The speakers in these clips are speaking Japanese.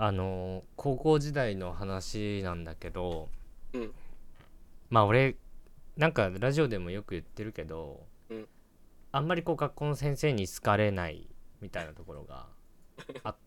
高校時代の話なんだけど、 うん。 まあ俺なんかラジオでもよく言ってるけど、 うん。 あんまりこう学校の先生に好かれないみたいなところがあって、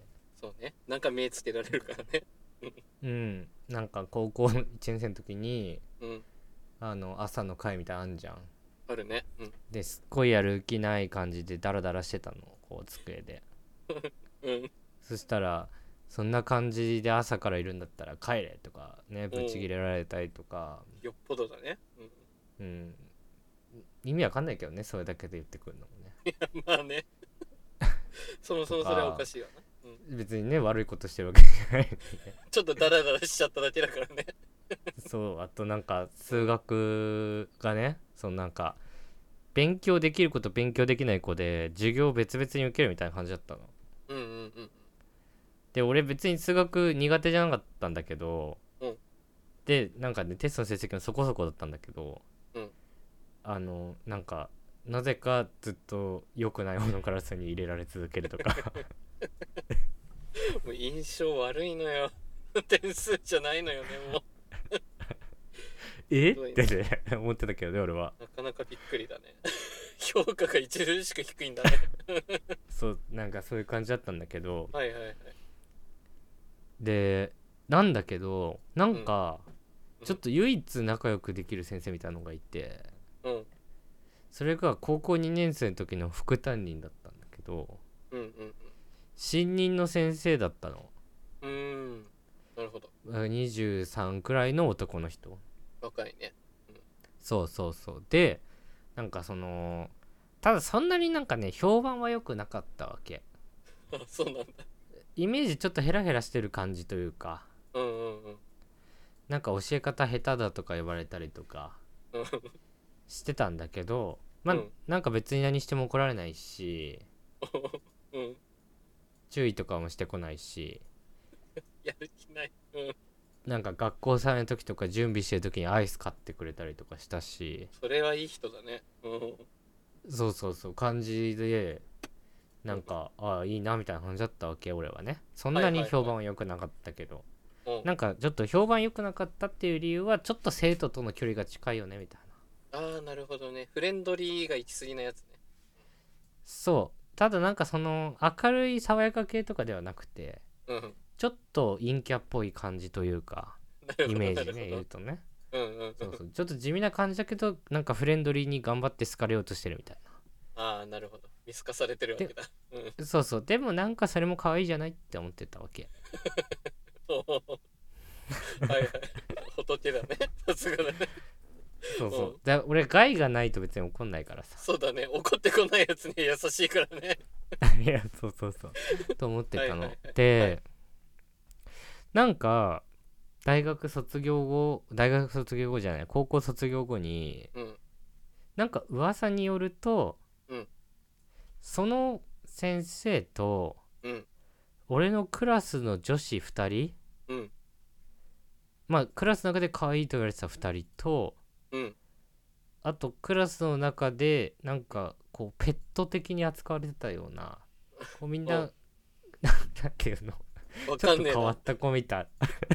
そうね。なんか目つけられるからね。 なんか高校1年生の時にうん。 朝の会みたいなのあんじゃん。 あるね。うん。 ですっごいやる気ない感じでダラダラしてたの、こう机で。 うん。 そしたら、そんな感じで朝からいるんだったら帰れとかね、 うん。 ブチギレられたりとか。 よっぽどだね。 うん、意味わかんないけどね、それだけで言ってくるのもね。 うん。まあね。そもとそもそれはおかか、 しいわな。うん。 別にね悪いことしてるわけじゃないのにね。 ちょっとダラダラしちゃっただけだからね。 そう、あとなんか数うん。 学がね、そのなんか勉強できる子と勉強できない子で授業を別々に受けるみたいな感じだったの。 うんうんうんで俺別に数学苦手じゃなかったんだけど、 うん。 でなんかねテストの成績もそこそこだったんだけど、 うん。 なんかなぜかずっと良くない方のクラスに入れられ続けるとか。 もう印象悪いのよ。点数じゃないのよね、もう。 えっひどいな。 てね思ってたけどね俺は。 なかなかびっくりだね。評価が著しく低いんだね。 そう、なんかそういう感じだったんだけど、 はいはいはい。 でなんだけどなんうん。 かうん。 ちょっと唯一仲良くできる先生みたいなのがいて、 うん。 それが高校2年生の時の副担任だったんだけど、 うん。 新任の先生だったの。 うん。うん。なるほど。 23くらいの男の人。 若いね。 そうそうそう。でなんかただそんなになんかね評判は良くなかったわけ。 うん。あ、そうなんだ。 イメージちょっとヘラヘラしてる感じというか、 うんうんうん。 なんか教え方下手だとか言われたりとかうん。 してたんだけど、まあうん。 なんか別に何しても怒られないし、 うん。 注意とかもしてこないし、 やる気ない。うん。 なんか学校祭の時とか準備してる時にアイス買ってくれたりとかしたし、 それはいい人だね。うん。 そうそうそう感じで、 うん。 なんかああいいなみたいな感じだったわけ俺はね。そんはいなにはいはい。 評判は良くなかったけど、 うん。 なんかちょっと評判良くなかったっていう理由はちょっと生徒との距離が近いよねみたいな。 ああ、なるほどね。フレンドリーが行き過ぎなやつね。 そう、ただなんか明るい爽やか系とかではなくて、 うん。 ちょっと陰キャっぽい感じというか、 なるほどイメージねなるほど。 言うとね。 うんうんうん。 そうそう、ちょっと地味な感じだけどなんかフレンドリーに頑張って好かれようとしてるみたいな。 ああ、なるほど。見透かされてるわで、 けだ。うん。 そうそう、でもなんかそれも可愛いじゃないって思ってたわけ。 おー。はいはい。仏だね。さすがだね。 そうそう、 うん。 俺害がないと別に怒んないからさ。 そうだね。怒ってこないやつに優しいからね。 いやそうそうそうと思ってはいはいはたのい。はい。 で、なんか大学卒業後じゃない高校卒業後に、 うん。 なんか噂によると、 うん。 その先生とうん。 俺のクラスの女子2人、 うん。 まあクラスの中で可愛いと言われてた2人と、 うん。 あとクラスの中でなんかこうペット的に扱われてたような、こうみんうん。 ななんていうの、 わちょっとかんねえな。 変わった子みたい。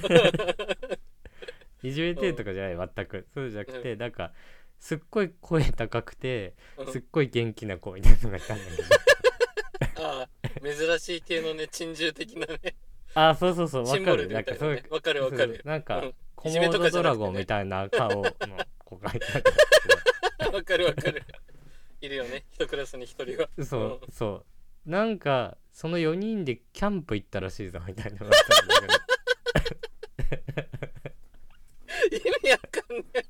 いじめてるとうん。 かじゃない全くそうじゃなくうん。 て、なんかすっごい声高くてうん。 すっごい元気な子みたいなのがいたんだけど。 ああ、珍しい系のね、珍獣的なね、 あ、そうそうそう、わかる。 シンボルみなんかそういう、 たいなね。わかるわそう、 かる。 なんかうん。いコじめとかじモードドゃなくてね。 ラゴンみたいな顔の子がいたんだけど。 わかるわかる。いるよね。一クラスに一人は。うそん。 うそう、なんかその4人でキャンプ行ったらしいぞみたいなのがあったんだけど、 意味わかんねえ。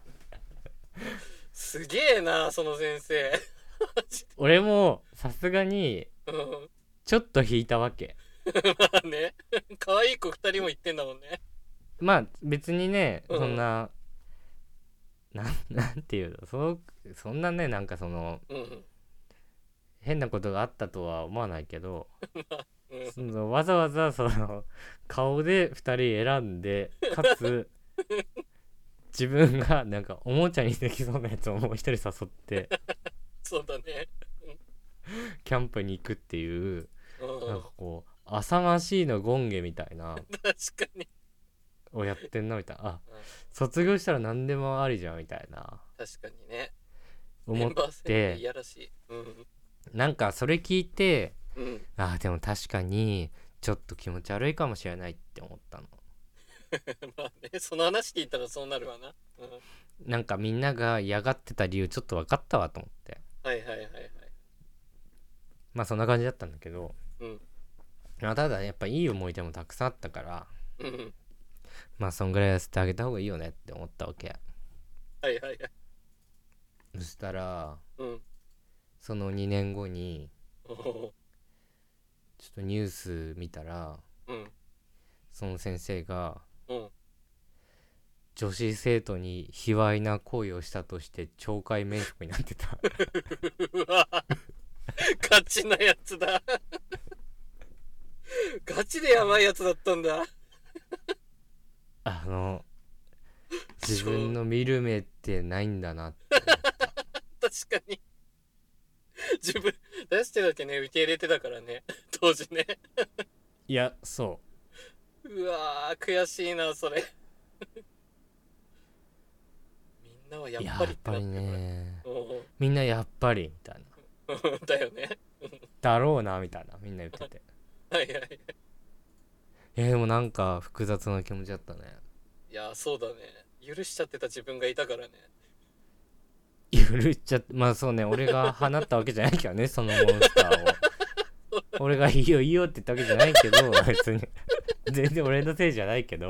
すげえな、その先生。 俺もさすがにうん。 ちょっと引いたわけ。 まあね。可愛い子二人も言ってんだもんね。 まあ別にね、 うん。 なんていうの、そんなね、なんかうん。 変なことがあったとは思わないけど、 うん。 わざわざ顔で2人選んで、かつ自分がなんかおもちゃにできそうなやつをもう一人誘ってそうだね。 キャンプに行くっていう、 うん。 なんかこう浅ましいの権下みたいな確かに。 をやってんなみたいな、あ、 うん、 卒業したら何でもありじゃんみたいな確かにね。メ思っンバー制て、 いやらしい。うん。 なんかそれ聞いて、 うん。 あ、でも確かにちょっと気持ち悪いかもしれないって思ったの。 まあね、その話聞いたらそうなるわな。うん。 なんかみんなが嫌がってた理由ちょっと分かったわと思って、 はいはいはいはい。 まあそんな感じだったんだけど、 うん。 まあただやっぱいい思い出もたくさんあったから、 うん。 まあそんぐらいやせてあげた方がいいよねって思ったわけ。 はいはいはい。 そしたらうん。 その2年後におー。 ちょっとニュース見たら、 うん。 その先生がうん。 女子生徒に卑猥な行為をしたとして懲戒免職になってた。 うわ、ガチなやつだ。ガチでやばいやつだったんだ。 あの自分そう。 の見る目ってないんだなって思った。 確かに。自分、出してだけね、受け入れてたからね。当時ね。 いや、そう、 わー、悔しいな、それ。みんなはやっぱりってやっぱりなってるから。 ね、 うみんなやっぱりみたいな、 ん。だよね。 だろうなみたいなみんな言ってて、 はいはい。 でもなんか複雑な気持ちだったね。 いや、そうだね。許しちゃってた自分がいたからね。 許しちゃって、まあそうね、俺が放ったわけじゃないけどね、そのモンスターを。俺がいいよいいよって言ったわけじゃないけど、別に全然俺のせいじゃないけど、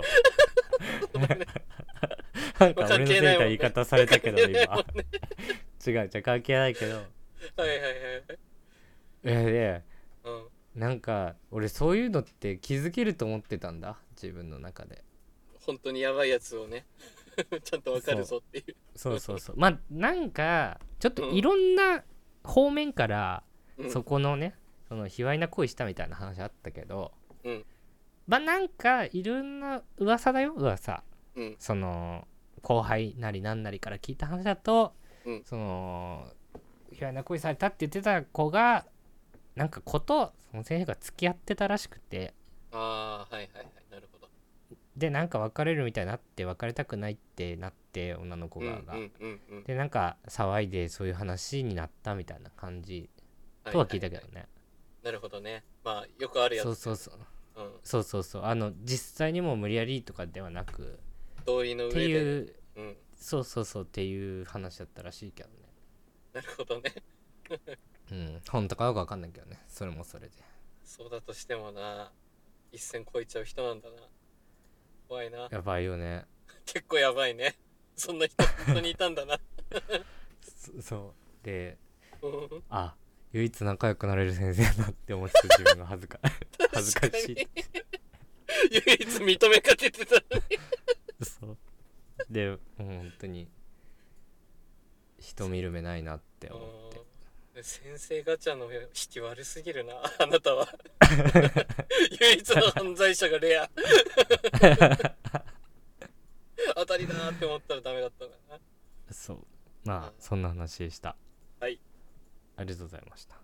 なんか俺のせいみたいな言い方されたけど今、違う違う、関係ないけど、 はいはいはいはい。 で、 うん。 なんか俺そういうのって気づけると思ってたんだ、自分の中で。 本当にやばいやつをね、ちゃんとわかるそうぞっていう。 そうそうそう、まあなんかちょっというん。 ろんな方面からそうん。 このね、その卑猥な行為したみたいな話あったけど、 うん。 まあなんかいろんな噂だよ、噂。 うん。 その後輩なりなんなりから聞いた話だと、 うん。 その卑猥な行為されたって言ってた子がなんか子とその先生が付き合ってたらしくて、 ああ、はいはいはい。なるほど。 でなんか別れるみたいになって、別れたくないってなって、女の子うんう側が、 んうんうん。 でなんか騒いでそういう話になったみたいな感じはいとは聞いはいはい。 たけどね。 なるほどね。まあ、よくあるやつだよね。 そうそうそう、 うん。 そうそうそう、実際にも無理やりとかではなく同意のって上でね。 いう、 うん。 そうそうそうっていう話だったらしいけどね。 なるほどね。 うん、本当かどうか分かんないけどね、それもそれで。 そうだとしてもな、一線越えちゃう人なんだな。怖いな。 やばいよね。 結構やばいね。そんな人本当にいたんだな。 そうで、 うん。 あ、唯一仲良くなれる先生だって思ってた自分が恥ずか確かに。 しい。 唯一認めかけてた。 そうで、もう本当に人見る目ないなって思って。 うん。先生ガチャの引き悪すぎるな、あなたは。唯一の犯罪者がレア。当たりだなって思ったらダメだったんだな。 そう、まあうん。 そんな話でした。 はい。 ありがとうございました。